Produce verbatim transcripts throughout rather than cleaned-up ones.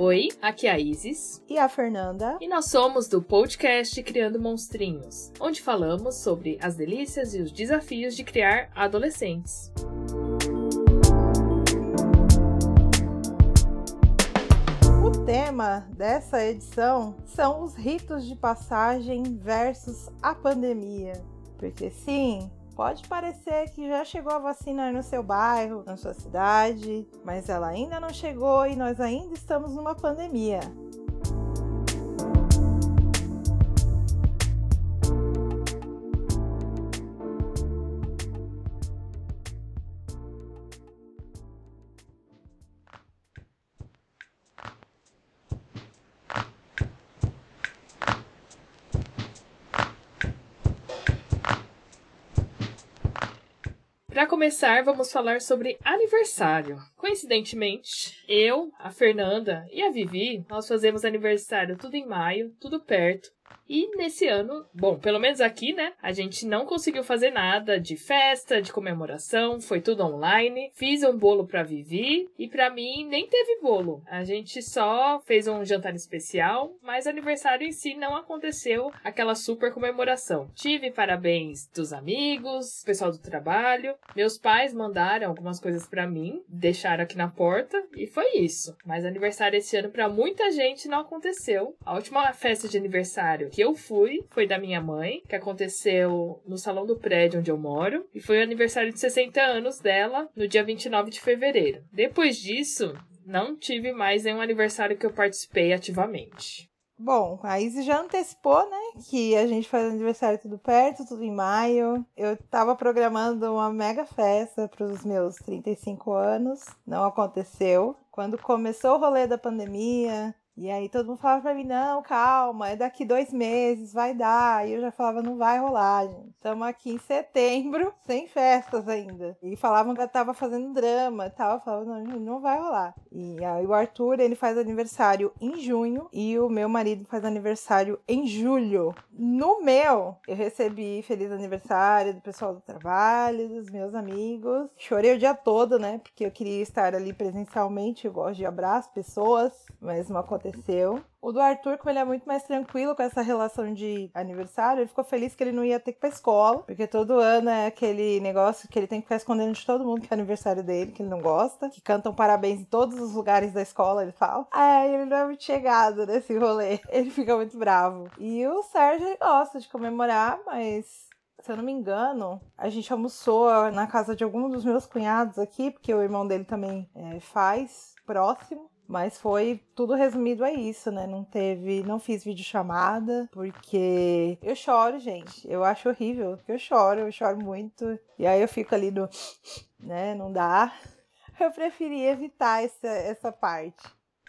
Oi, aqui é a Isis e a Fernanda, e nós somos do podcast Criando Monstrinhos, onde falamos sobre as delícias e os desafios de criar adolescentes. O tema dessa edição são os ritos de passagem versus a pandemia, porque sim, pode parecer que já chegou a vacina aí no seu bairro, na sua cidade, mas ela ainda não chegou e nós ainda estamos numa pandemia. Para começar, vamos falar sobre aniversário. Coincidentemente, eu, a Fernanda e a Vivi, nós fazemos aniversário tudo em maio, tudo perto. E nesse ano, bom, pelo menos aqui, né, a gente não conseguiu fazer nada de festa, de comemoração, foi tudo online. Fiz um bolo pra Vivi e pra mim nem teve bolo. A gente só fez um jantar especial, mas aniversário em si não aconteceu aquela super comemoração. Tive parabéns dos amigos, pessoal do trabalho. Meus pais mandaram algumas coisas pra mim, deixaram aqui na porta e foi isso. Mas aniversário esse ano pra muita gente não aconteceu. A última festa de aniversário que eu fui foi da minha mãe, que aconteceu no salão do prédio onde eu moro, e foi o aniversário de sessenta anos dela no dia vinte e nove de fevereiro. Depois disso, não tive mais nenhum aniversário que eu participei ativamente. Bom, a Izzy já antecipou, né, que a gente faz aniversário tudo perto, tudo em maio. Eu tava programando uma mega festa para os meus trinta e cinco anos, não aconteceu. Quando começou o rolê da pandemia, e aí todo mundo falava pra mim, não, calma, é daqui dois meses, vai dar. E eu já falava, não vai rolar, gente. Estamos aqui em setembro, sem festas ainda. E falavam que eu tava fazendo drama e tal. Eu falava, não, não vai rolar. E aí o Arthur, ele faz aniversário em junho e o meu marido faz aniversário em julho. No meu, eu recebi feliz aniversário do pessoal do trabalho, dos meus amigos. Chorei o dia todo, né, porque eu queria estar ali presencialmente. Eu gosto de abraçar pessoas, mas não aconteceu. O do Arthur, como ele é muito mais tranquilo com essa relação de aniversário, ele ficou feliz que ele não ia ter que ir pra escola, porque todo ano é aquele negócio que ele tem que ficar escondendo de todo mundo que é aniversário dele, que ele não gosta, que cantam parabéns em todos os lugares da escola, ele fala. Ah, ele não é muito chegado nesse rolê, ele fica muito bravo. E o Sérgio, ele gosta de comemorar, mas... se eu não me engano, a gente almoçou na casa de algum dos meus cunhados aqui, porque o irmão dele também é, faz, próximo. Mas foi tudo resumido a isso, né? Não teve, não fiz videochamada, porque eu choro, gente. Eu acho horrível, porque eu choro, eu choro muito. E aí eu fico ali no, né? Não dá. Eu preferi evitar essa, essa parte.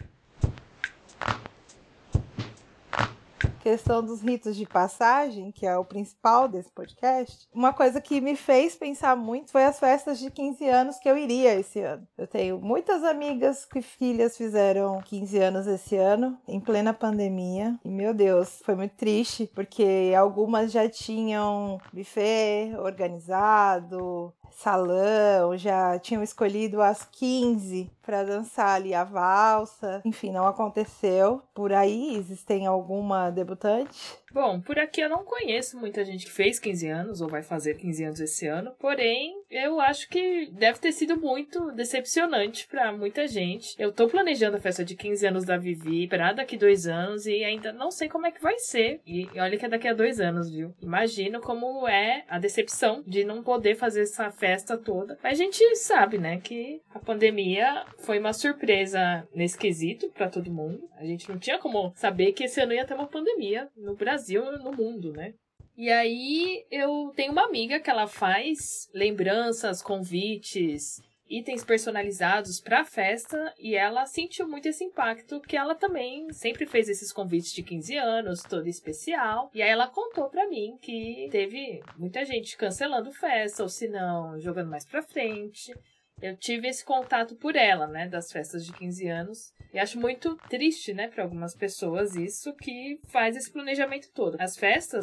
Questão dos ritos de passagem, que é o principal desse podcast, uma coisa que me fez pensar muito foi as festas de quinze anos que eu iria esse ano. Eu tenho muitas amigas que filhas fizeram quinze anos esse ano, em plena pandemia, e meu Deus, foi muito triste, porque algumas já tinham buffet organizado, salão, já tinham escolhido as quinze para dançar ali a valsa. Enfim, não aconteceu. Por aí, existem alguma debutante? Bom, por aqui eu não conheço muita gente que fez quinze anos ou vai fazer quinze anos esse ano, porém, eu acho que deve ter sido muito decepcionante pra muita gente. Eu tô planejando a festa de quinze anos da Vivi pra daqui dois anos e ainda não sei como é que vai ser. E olha que é daqui a dois anos, viu? Imagino como é a decepção de não poder fazer essa festa toda. Mas a gente sabe, né, que a pandemia foi uma surpresa nesse quesito pra todo mundo. A gente não tinha como saber que esse ano ia ter uma pandemia no Brasil e no mundo, né? E aí eu tenho uma amiga que ela faz lembranças, convites, itens personalizados pra festa e ela sentiu muito esse impacto que ela também sempre fez esses convites de quinze anos, todo especial. E aí ela contou pra mim que teve muita gente cancelando festa ou se não, jogando mais pra frente. Eu tive esse contato por ela, né, das festas de quinze anos. E acho muito triste, né, para algumas pessoas isso, que faz esse planejamento todo. As festas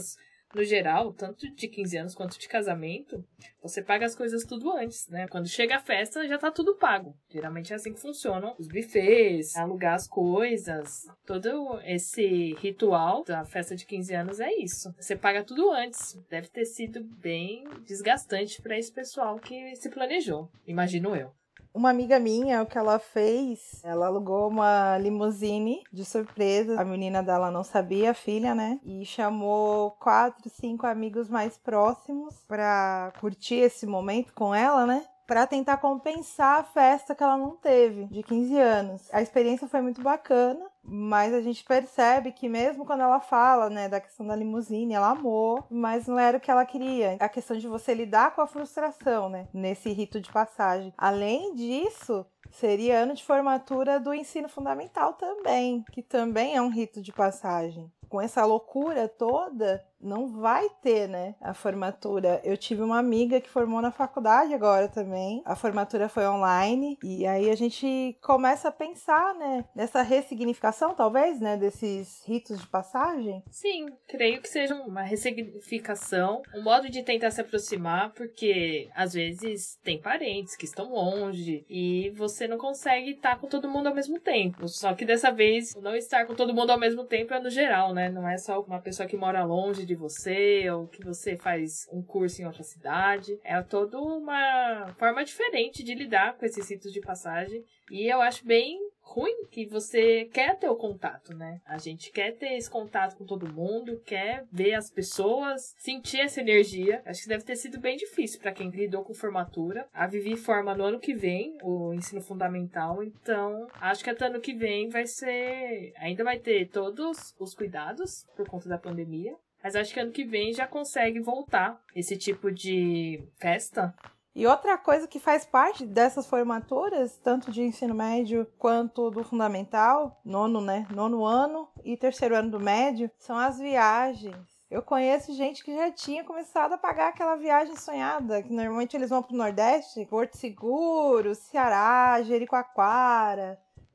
no geral, tanto de quinze anos quanto de casamento, você paga as coisas tudo antes, né? Quando chega a festa, já tá tudo pago. Geralmente é assim que funcionam os buffets, alugar as coisas, todo esse ritual da festa de quinze anos é isso. Você paga tudo antes. Deve ter sido bem desgastante para esse pessoal que se planejou, imagino eu. Uma amiga minha, o que ela fez, ela alugou uma limusine de surpresa. A menina dela não sabia, a filha, né? E chamou quatro, cinco amigos mais próximos pra curtir esse momento com ela, né? Pra tentar compensar a festa que ela não teve, de quinze anos. A experiência foi muito bacana, mas a gente percebe que mesmo quando ela fala, né, da questão da limusine, ela amou, mas não era o que ela queria. A questão de você lidar com a frustração, né, nesse rito de passagem. Além disso, seria ano de formatura do ensino fundamental também, que também é um rito de passagem. Com essa loucura toda, não vai ter, né, a formatura. Eu tive uma amiga que formou na faculdade agora também. A formatura foi online. E aí a gente começa a pensar, né, nessa ressignificação, talvez, né, desses ritos de passagem. Sim, creio que seja uma ressignificação, um modo de tentar se aproximar, porque às vezes tem parentes que estão longe e você não consegue estar com todo mundo ao mesmo tempo. Só que dessa vez, não estar com todo mundo ao mesmo tempo é no geral, né? Não é só uma pessoa que mora longe de você ou que você faz um curso em outra cidade. É toda uma forma diferente de lidar com esses ritos de passagem. E eu acho bem ruim que você quer ter o contato, né? A gente quer ter esse contato com todo mundo, quer ver as pessoas, sentir essa energia. Acho que deve ter sido bem difícil para quem lidou com formatura. A Vivi forma no ano que vem, o ensino fundamental, então acho que até ano que vem vai ser... Ainda vai ter todos os cuidados por conta da pandemia, mas acho que ano que vem já consegue voltar esse tipo de festa. E outra coisa que faz parte dessas formaturas, tanto de ensino médio quanto do fundamental, nono, né, nono ano e terceiro ano do médio, são as viagens. Eu conheço gente que já tinha começado a pagar aquela viagem sonhada, que normalmente eles vão pro Nordeste, Porto Seguro, Ceará, Jericoacoara.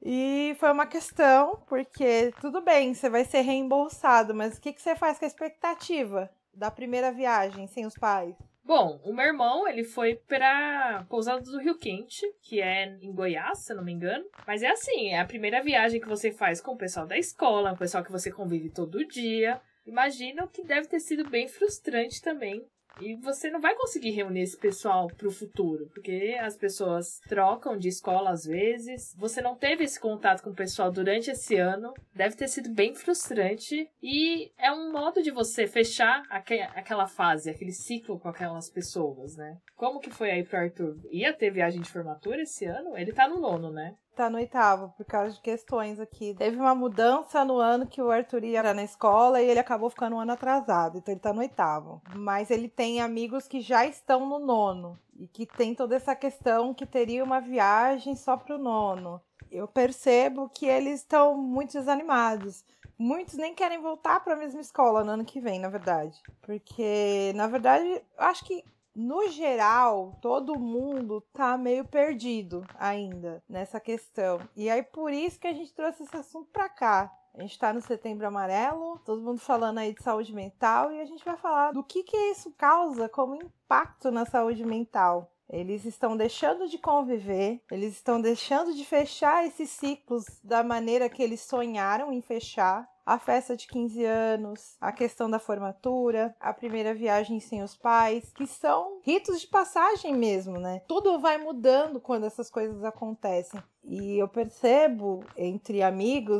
E foi uma questão, porque tudo bem, você vai ser reembolsado, mas o que, que você faz com a expectativa da primeira viagem sem os pais? Bom, o meu irmão, ele foi pra Pousada do Rio Quente, que é em Goiás, se eu não me engano. Mas é assim, é a primeira viagem que você faz com o pessoal da escola, o pessoal que você convive todo dia. Imagino que deve ter sido bem frustrante também. E você não vai conseguir reunir esse pessoal pro futuro, porque as pessoas trocam de escola às vezes. Você não teve esse contato com o pessoal durante esse ano. Deve ter sido bem frustrante. E é um modo de você fechar aqu- aquela fase, aquele ciclo com aquelas pessoas, né? Como que foi aí pro Arthur? Ia ter viagem de formatura esse ano? Ele tá no nono, né? Tá no oitavo, por causa de questões aqui. Teve uma mudança no ano que o Arthur ia na escola e ele acabou ficando um ano atrasado. Então ele tá no oitavo. Mas ele tem amigos que já estão no nono. E que tem toda essa questão que teria uma viagem só pro nono. Eu percebo que eles estão muito desanimados. Muitos nem querem voltar para a mesma escola no ano que vem, na verdade. Porque, na verdade, eu acho que no geral, todo mundo tá meio perdido ainda nessa questão. E aí, por isso que a gente trouxe esse assunto pra cá. A gente tá no Setembro Amarelo, todo mundo falando aí de saúde mental, e a gente vai falar do que que isso causa como impacto na saúde mental. Eles estão deixando de conviver, eles estão deixando de fechar esses ciclos da maneira que eles sonharam em fechar. A festa de quinze anos, a questão da formatura, a primeira viagem sem os pais, que são ritos de passagem mesmo, né? Tudo vai mudando quando essas coisas acontecem. E eu percebo entre amigos,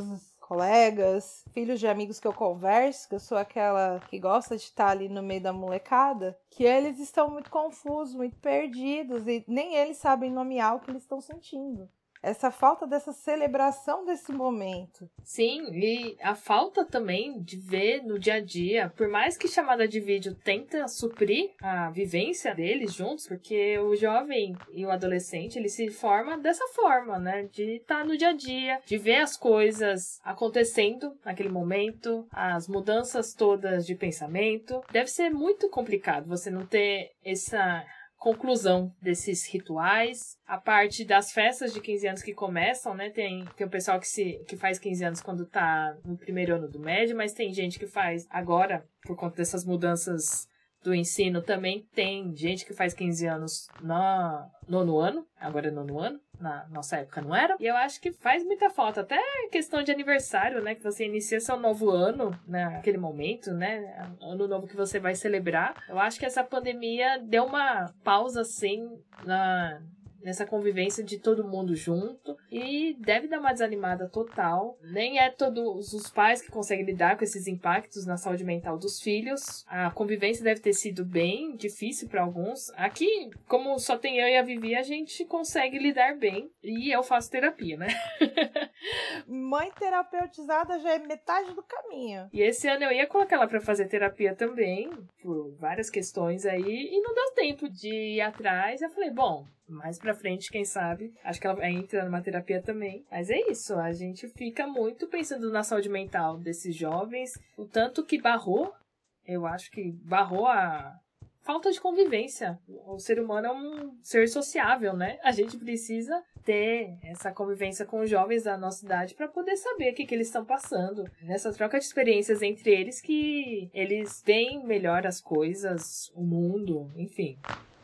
colegas, filhos de amigos que eu converso, que eu sou aquela que gosta de estar ali no meio da molecada, que eles estão muito confusos, muito perdidos e nem eles sabem nomear o que eles estão sentindo. Essa falta dessa celebração desse momento. Sim, e a falta também de ver no dia a dia, por mais que chamada de vídeo tenta suprir a vivência deles juntos, porque o jovem e o adolescente, ele se forma dessa forma, né? De estar no dia a dia, de ver as coisas acontecendo naquele momento, as mudanças todas de pensamento. Deve ser muito complicado você não ter essa conclusão desses rituais. A parte das festas de quinze anos que começam, né? Tem, tem o pessoal que, se, que faz quinze anos quando tá no primeiro ano do médio, mas tem gente que faz agora, por conta dessas mudanças do ensino, também tem gente que faz quinze anos no nono ano, agora é nono ano, na nossa época não era, e eu acho que faz muita falta, até questão de aniversário, né, que você inicia seu novo ano naquele momento, né, ano novo que você vai celebrar. Eu acho que essa pandemia deu uma pausa, assim, na... nessa convivência de todo mundo junto, e deve dar uma desanimada total. Nem é todos os pais que conseguem lidar com esses impactos na saúde mental dos filhos. A convivência deve ter sido bem difícil para alguns. Aqui, como só tem eu e a Vivi, a gente consegue lidar bem, e eu faço terapia, né? Mãe terapeutizada já é metade do caminho. E esse ano eu ia colocar ela pra fazer terapia também, por várias questões aí, e não deu tempo de ir atrás. Eu falei, bom, mais pra frente, quem sabe, acho que ela vai entrar numa terapia também. Mas é isso, a gente fica muito pensando na saúde mental desses jovens, o tanto que barrou, eu acho que barrou a falta de convivência. O ser humano é um ser sociável, né? A gente precisa ter essa convivência com os jovens da nossa idade para poder saber o que, que eles estão passando. Nessa troca de experiências entre eles que eles veem melhor as coisas, o mundo, enfim.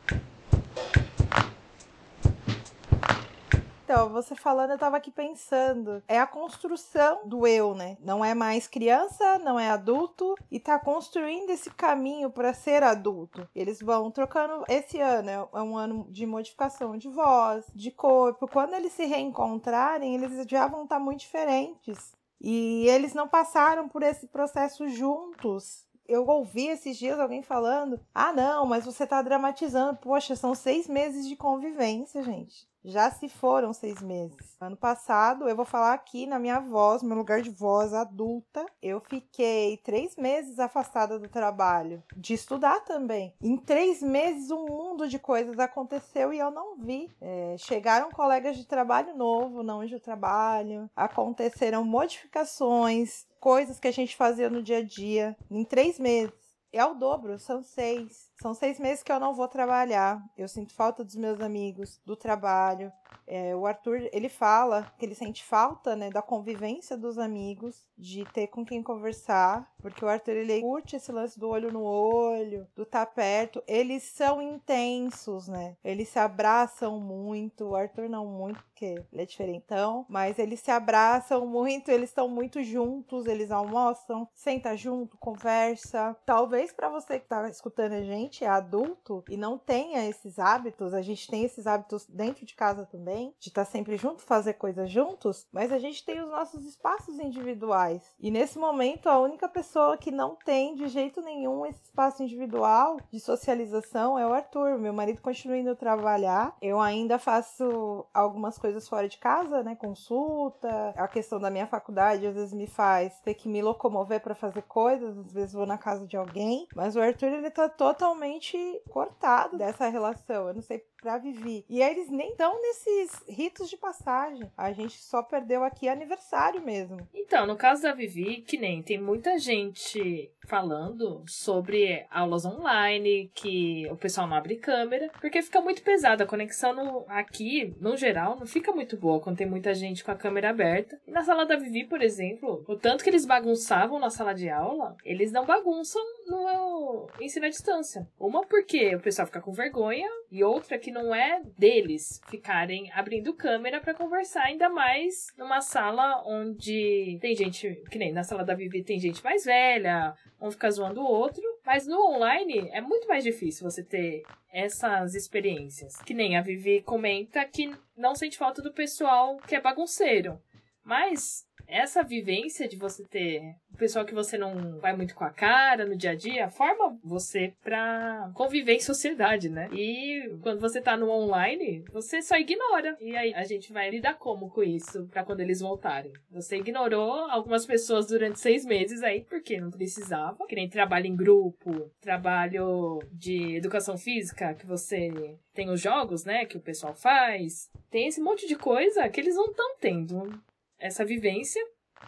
Então, você falando, eu tava aqui pensando, é a construção do eu, né? Não é mais criança, não é adulto, e tá construindo esse caminho para ser adulto. Eles vão trocando, esse ano é um ano de modificação de voz, de corpo. Quando eles se reencontrarem, eles já vão estar muito diferentes. E eles não passaram por esse processo juntos. Eu ouvi esses dias alguém falando, ah não, mas você tá dramatizando. Poxa, são seis meses de convivência, gente. Já se foram seis meses. Ano passado, eu vou falar aqui na minha voz, meu lugar de voz adulta, eu fiquei três meses afastada do trabalho, de estudar também. Em três meses, um mundo de coisas aconteceu e eu não vi. É, chegaram colegas de trabalho novo, não onde eu trabalho, aconteceram modificações, coisas que a gente fazia no dia a dia, em três meses. É o dobro, são seis. São seis meses que eu não vou trabalhar. Eu sinto falta dos meus amigos, do trabalho. É, o Arthur, ele fala que ele sente falta, né, da convivência dos amigos, de ter com quem conversar, porque o Arthur, ele curte esse lance do olho no olho, do estar perto. Eles são intensos, né? Eles se abraçam muito. O Arthur não muito, porque ele é diferentão, mas eles se abraçam muito, eles estão muito juntos, eles almoçam, senta junto, conversa. Talvez para você que tá escutando a gente, é adulto e não tenha esses hábitos, a gente tem esses hábitos dentro de casa também, de estar sempre junto, fazer coisas juntos, mas a gente tem os nossos espaços individuais. E nesse momento, a única pessoa que não tem de jeito nenhum esse espaço individual de socialização é o Arthur. Meu marido continua indo trabalhar, eu ainda faço algumas coisas fora de casa, né, consulta, a questão da minha faculdade às vezes me faz ter que me locomover para fazer coisas, às vezes vou na casa de alguém, mas o Arthur, ele tá totalmente cortado dessa relação, eu não sei pra Vivi. E eles nem estão nesses ritos de passagem. A gente só perdeu aqui aniversário mesmo. Então, no caso da Vivi, que nem tem muita gente falando sobre aulas online, que o pessoal não abre câmera, porque fica muito pesada. A conexão no, aqui, no geral, não fica muito boa quando tem muita gente com a câmera aberta. E na sala da Vivi, por exemplo, o tanto que eles bagunçavam na sala de aula, eles não bagunçam no ensino à distância. Uma porque o pessoal fica com vergonha, e outra que não é deles ficarem abrindo câmera pra conversar, ainda mais numa sala onde tem gente, que nem na sala da Vivi tem gente mais velha, um fica zoando o outro, mas no online é muito mais difícil você ter essas experiências. Que nem a Vivi comenta que não sente falta do pessoal que é bagunceiro, mas essa vivência de você ter o pessoal que você não vai muito com a cara no dia a dia, forma você pra conviver em sociedade, né? E quando você tá no online, você só ignora. E aí a gente vai lidar como com isso pra quando eles voltarem? Você ignorou algumas pessoas durante seis meses aí porque não precisava. Que nem trabalho em grupo, trabalho de educação física, que você tem os jogos, né? Que o pessoal faz. Tem esse monte de coisa que eles não estão tendo essa vivência.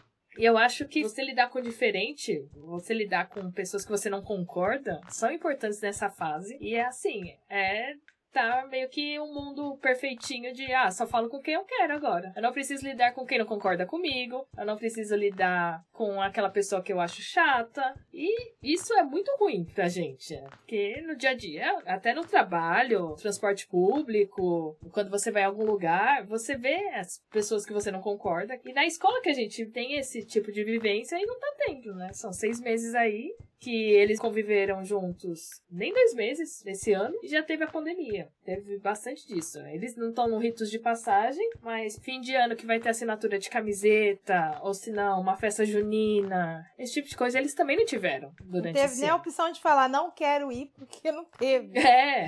E eu acho que você lidar com o diferente, você lidar com pessoas que você não concorda, são importantes nessa fase. E é assim, é tá meio que um mundo perfeitinho de, ah, só falo com quem eu quero agora. Eu não preciso lidar com quem não concorda comigo, eu não preciso lidar com aquela pessoa que eu acho chata. E isso é muito ruim pra gente, né? Porque no dia a dia, até no trabalho, transporte público, quando você vai em algum lugar, você vê as pessoas que você não concorda. E na escola que a gente tem esse tipo de vivência e não tá tendo, né? São seis meses aí que eles conviveram juntos, nem dois meses nesse ano, e já teve a pandemia. Teve bastante disso. Eles não estão no ritos de passagem, mas fim de ano que vai ter assinatura de camiseta, ou se não, uma festa junina, esse tipo de coisa eles também não tiveram durante esse ano. Não teve nem a opção de falar, não quero ir, porque não teve. É.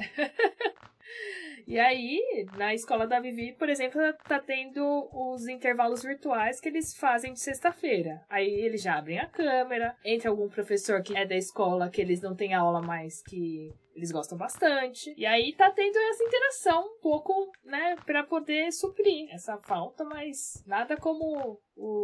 E aí, na escola da Vivi, por exemplo, tá tendo os intervalos virtuais que eles fazem de sexta-feira. Aí eles já abrem a câmera, entra algum professor que é da escola, que eles não têm aula, mas que eles gostam bastante. E aí tá tendo essa interação um pouco, né, pra poder suprir essa falta, mas nada como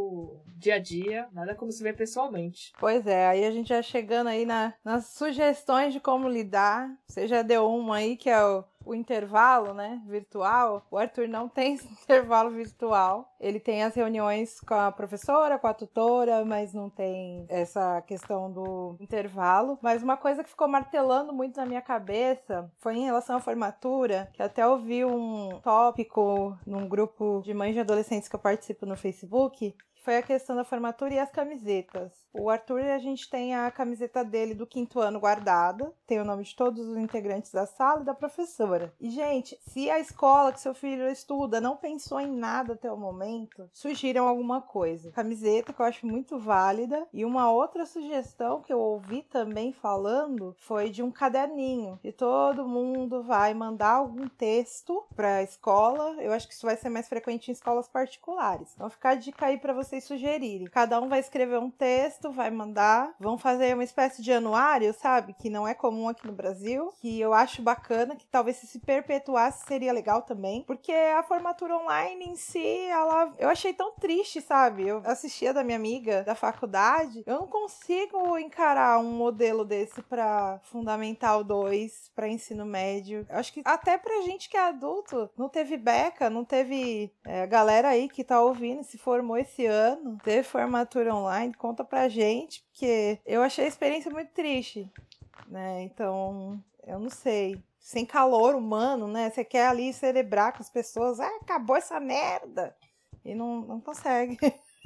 o dia a dia, nada como se ver pessoalmente. Pois é, aí a gente já chegando aí na, nas sugestões de como lidar. Você já deu uma aí, que é o, o intervalo, né, virtual. O Arthur não tem esse intervalo virtual. Ele tem as reuniões com a professora, com a tutora, mas não tem essa questão do intervalo. Mas uma coisa que ficou martelando muito na minha cabeça foi em relação à formatura, que até ouvi um tópico num grupo de mães de adolescentes que eu participo no Facebook, foi a questão da formatura e as camisetas. O Arthur, a gente tem a camiseta dele do quinto ano guardada, tem o nome de todos os integrantes da sala e da professora. E, gente, se a escola que seu filho estuda não pensou em nada até o momento, sugiram alguma coisa. Camiseta, que eu acho muito válida. E uma outra sugestão que eu ouvi também falando foi de um caderninho, que todo mundo vai mandar algum texto para a escola. Eu acho que isso vai ser mais frequente em escolas particulares. Então, fica a dica aí para vocês sugerirem. Cada um vai escrever um texto, vai mandar. Vão fazer uma espécie de anuário, sabe? Que não é comum aqui no Brasil. Que eu acho bacana, que talvez se se perpetuasse seria legal também. Porque a formatura online em si, ela... eu achei tão triste, sabe? Eu assistia da minha amiga da faculdade. Eu não consigo encarar um modelo desse pra Fundamental dois, pra ensino médio. Eu acho que até pra gente que é adulto, não teve beca, não teve... É, a galera aí que tá ouvindo, se formou esse ano, ano, teve formatura online, conta pra gente, porque eu achei a experiência muito triste, né? Então, eu não sei. Sem calor humano, né? Você quer ali celebrar com as pessoas, ah, acabou essa merda! E não, não consegue.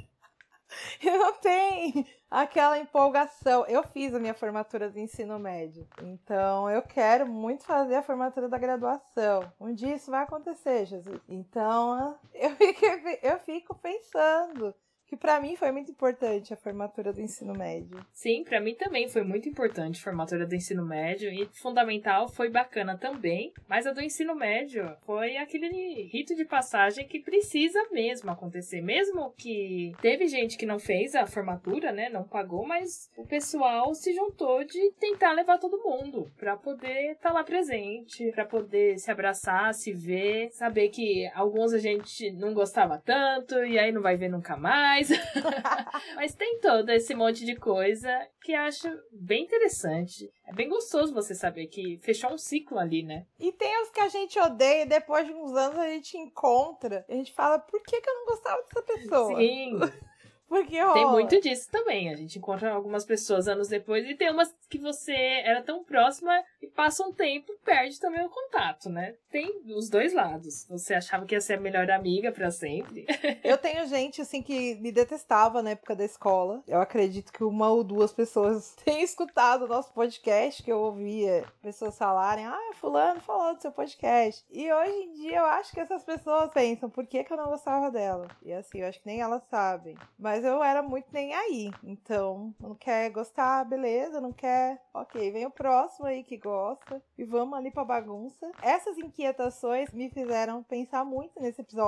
E não tem aquela empolgação. Eu fiz a minha formatura do ensino médio, então eu quero muito fazer a formatura da graduação. Um dia isso vai acontecer, Jesus. Então, eu fico, eu fico pensando que pra mim foi muito importante a formatura do ensino médio. Sim, pra mim também foi muito importante a formatura do ensino médio, e fundamental foi bacana também, mas a do ensino médio foi aquele rito de passagem que precisa mesmo acontecer, mesmo que teve gente que não fez a formatura, né, não pagou, mas o pessoal se juntou de tentar levar todo mundo pra poder estar lá presente, pra poder se abraçar, se ver, saber que alguns a gente não gostava tanto e aí não vai ver nunca mais. Mas tem todo esse monte de coisa que eu acho bem interessante. É bem gostoso você saber que fechou um ciclo ali, né? E tem os que a gente odeia e depois de uns anos a gente encontra. E a gente fala, por que, que eu não gostava dessa pessoa? Sim. Porque rola. Tem muito disso também. A gente encontra algumas pessoas anos depois e tem umas que você era tão próxima e passa um tempo e perde também o contato, né? Tem os dois lados. Você achava que ia ser a melhor amiga pra sempre. Eu tenho gente, assim, que me detestava na época da escola. Eu acredito que uma ou duas pessoas tenham escutado o nosso podcast, que eu ouvia pessoas falarem, ah, fulano falou do seu podcast. E hoje em dia eu acho que essas pessoas pensam, por que que eu não gostava dela? E assim, eu acho que nem elas sabem. Mas eu era muito nem aí. Então, não quer gostar, beleza, não quer, ok, vem o próximo aí que gosta e vamos ali pra bagunça. Essas inquietações me fizeram pensar muito nesse episódio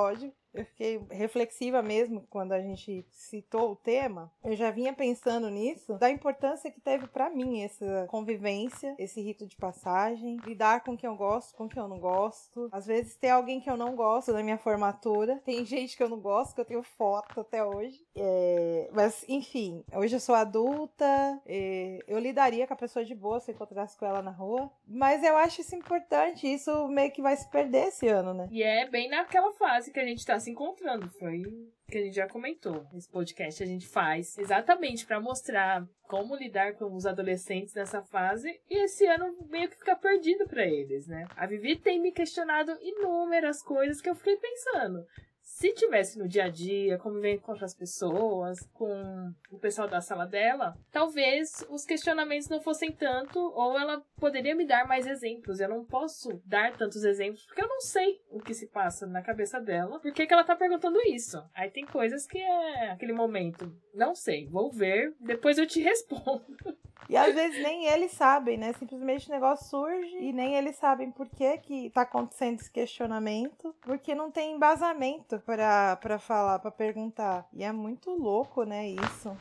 Eu fiquei reflexiva mesmo quando a gente citou o tema. Eu já vinha pensando nisso, da importância que teve pra mim essa convivência, esse rito de passagem, lidar com quem eu gosto, com quem eu não gosto. Às vezes tem alguém que eu não gosto na minha formatura, tem gente que eu não gosto, que eu tenho foto até hoje. É... Mas, enfim, hoje eu sou adulta, é... eu lidaria com a pessoa de boa se eu encontrasse com ela na rua. Mas eu acho isso importante, isso meio que vai se perder esse ano, né? E é bem naquela fase que a gente tá se encontrando, foi que a gente já comentou. Esse podcast a gente faz exatamente pra mostrar como lidar com os adolescentes nessa fase, e esse ano meio que fica perdido pra eles, né? A Vivi tem me questionado inúmeras coisas que eu fiquei pensando. Se tivesse no dia a dia, convivendo com outras pessoas, com o pessoal da sala dela, talvez os questionamentos não fossem tanto, ou ela poderia me dar mais exemplos. Eu não posso dar tantos exemplos, porque eu não sei o que se passa na cabeça dela. Por que que ela tá perguntando isso? Aí tem coisas que é aquele momento, não sei, vou ver, depois eu te respondo. E às vezes nem eles sabem, né? Simplesmente o negócio surge e nem eles sabem por que que tá acontecendo esse questionamento, porque não tem embasamento pra, pra falar, pra perguntar. E é muito louco, né, isso.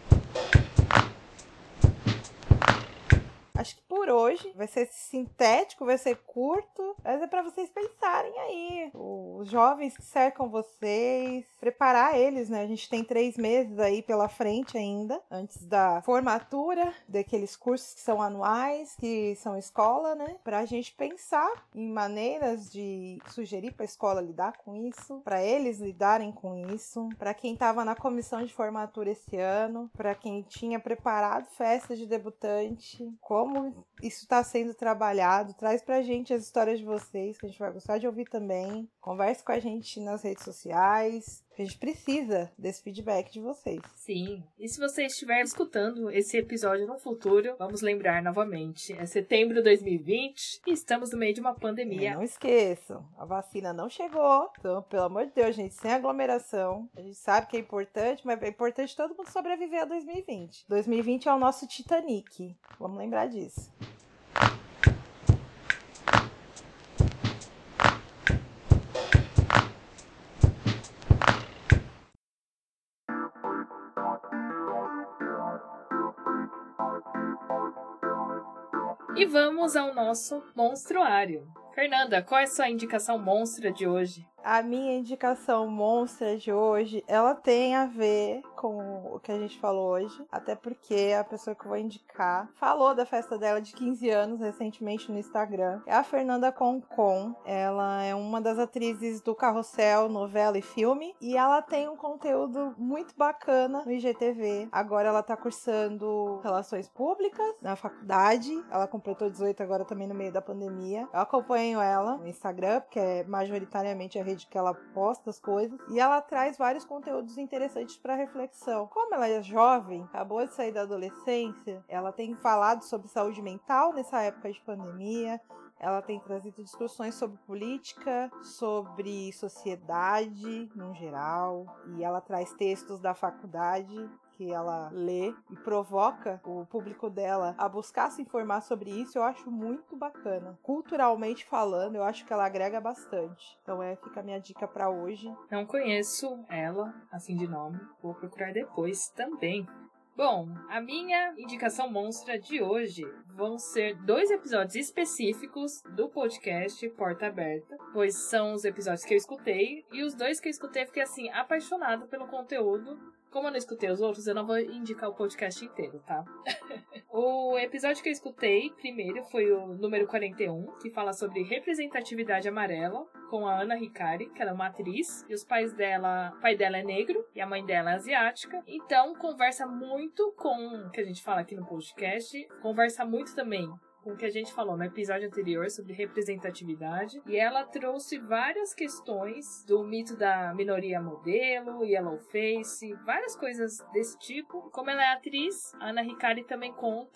Acho que por hoje vai ser sintético, vai ser curto, mas é pra vocês pensarem aí. Os jovens que cercam vocês, preparar eles, né? A gente tem três meses aí pela frente ainda, antes da formatura, daqueles cursos que são anuais, que são escola, né? Pra gente pensar em maneiras de sugerir pra escola lidar com isso, pra eles lidarem com isso, pra quem tava na comissão de formatura esse ano, pra quem tinha preparado festa de debutante, como isso está sendo trabalhado. Traz pra gente as histórias de vocês, que a gente vai gostar de ouvir também. Converse com a gente nas redes sociais. A gente precisa desse feedback de vocês. Sim. E se você estiver escutando esse episódio no futuro, vamos lembrar novamente. É setembro de dois mil e vinte e estamos no meio de uma pandemia. É, não esqueçam, a vacina não chegou. Então, pelo amor de Deus, gente, sem aglomeração. A gente sabe que é importante, mas é importante todo mundo sobreviver a dois mil e vinte. dois mil e vinte é o nosso Titanic. Vamos lembrar disso. E vamos ao nosso monstruário. Fernanda, qual é a sua indicação monstra de hoje? A minha indicação monstra de hoje, ela tem a ver com o que a gente falou hoje, até porque a pessoa que eu vou indicar falou da festa dela de quinze anos recentemente no Instagram. É a Fernanda Concon. Ela é uma das atrizes do Carrossel, novela e filme, e ela tem um conteúdo muito bacana no I G T V. Agora ela tá cursando Relações Públicas na faculdade. Ela completou dezoito agora também no meio da pandemia. Eu acompanho ela no Instagram, porque é majoritariamente a rede que ela posta as coisas, e ela traz vários conteúdos interessantes para reflexão. Como ela é jovem, acabou de sair da adolescência, ela tem falado sobre saúde mental nessa época de pandemia. Ela tem trazido discussões sobre política, sobre sociedade no geral, e ela traz textos da faculdade que ela lê e provoca o público dela a buscar se informar sobre isso. Eu acho muito bacana. Culturalmente falando, eu acho que ela agrega bastante. Então é, fica a minha dica para hoje. Não conheço ela, assim de nome. Vou procurar depois também. Bom, a minha indicação monstra de hoje vão ser dois episódios específicos do podcast Porta Aberta, pois são os episódios que eu escutei, e os dois que eu escutei eu fiquei assim, apaixonada pelo conteúdo. Como eu não escutei os outros, eu não vou indicar o podcast inteiro, tá? O episódio que eu escutei primeiro foi o número quarenta e um, que fala sobre representatividade amarela, com a Ana Hikari, que ela é uma atriz, e os pais dela, o pai dela é negro e a mãe dela é asiática. Então, conversa muito com o que a gente fala aqui no podcast, conversa muito também com o que a gente falou no episódio anterior sobre representatividade, e ela trouxe várias questões do mito da minoria modelo, yellow face, várias coisas desse tipo. Como ela é atriz, a Ana Hikari também conta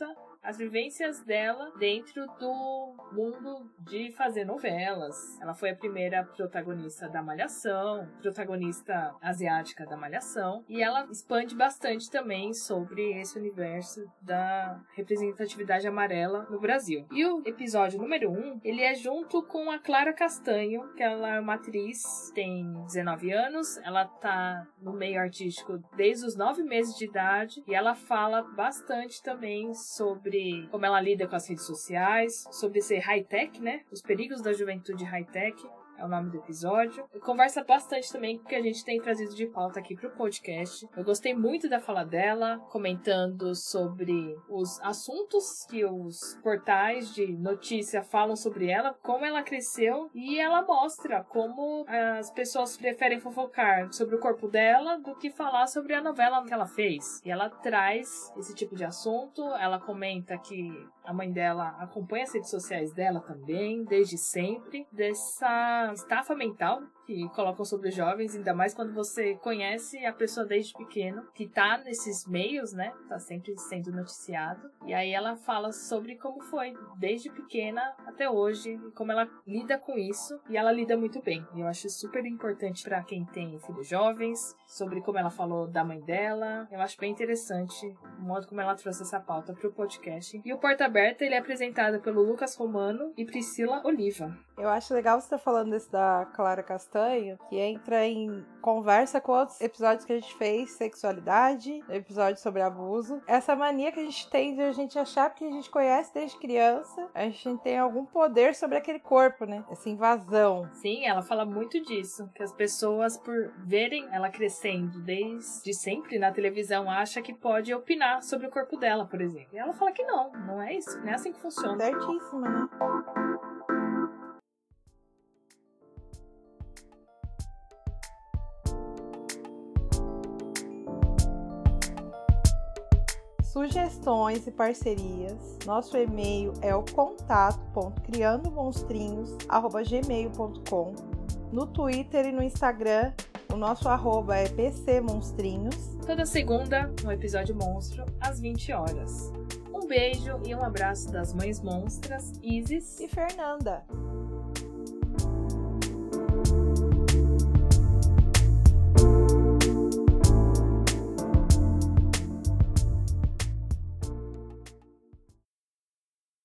as vivências dela dentro do mundo de fazer novelas. Ela foi a primeira protagonista da Malhação, protagonista asiática da Malhação, e ela expande bastante também sobre esse universo da representatividade amarela no Brasil. E o episódio número um, ele é junto com a Clara Castanho, que ela é uma atriz, tem dezenove anos, ela tá no meio artístico desde os nove meses de idade, e ela fala bastante também sobre como ela lida com as redes sociais, sobre ser high-tech, né? Os perigos da juventude high-tech. É o nome do episódio. E conversa bastante também com o que a gente tem trazido de pauta aqui pro podcast. Eu gostei muito da fala dela, comentando sobre os assuntos que os portais de notícia falam sobre ela, como ela cresceu, e ela mostra como as pessoas preferem fofocar sobre o corpo dela do que falar sobre a novela que ela fez. E ela traz esse tipo de assunto, ela comenta que a mãe dela acompanha as redes sociais dela também, desde sempre, dessa estafa mental que colocam sobre os jovens, ainda mais quando você conhece a pessoa desde pequeno, que tá nesses meios, né? Tá sempre sendo noticiado. E aí ela fala sobre como foi desde pequena até hoje, e como ela lida com isso, e ela lida muito bem. E eu acho super importante pra quem tem filhos jovens, sobre como ela falou da mãe dela. Eu acho bem interessante o modo como ela trouxe essa pauta pro podcast. E o Porta Aberta, ele é apresentado pelo Lucas Romano e Priscila Oliva. Eu acho legal você estar falando desse da Clara Castanho, que entra em conversa com outros episódios que a gente fez, sexualidade, episódio sobre abuso. Essa mania que a gente tem de a gente achar que a gente conhece desde criança, a gente tem algum poder sobre aquele corpo, né? Essa invasão. Sim, ela fala muito disso, que as pessoas, por verem ela crescendo desde sempre na televisão, acham que pode opinar sobre o corpo dela, por exemplo. E ela fala que não, não é isso, não é assim que funciona. Certíssima, né? Sugestões e parcerias. Nosso e-mail é o contato ponto criando monstrinhos arroba gmail ponto com. No Twitter e no Instagram, o nosso arroba é pcmonstrinhos. Toda segunda, um episódio monstro, às vinte horas. Um beijo e um abraço das mães monstras, Isis e Fernanda.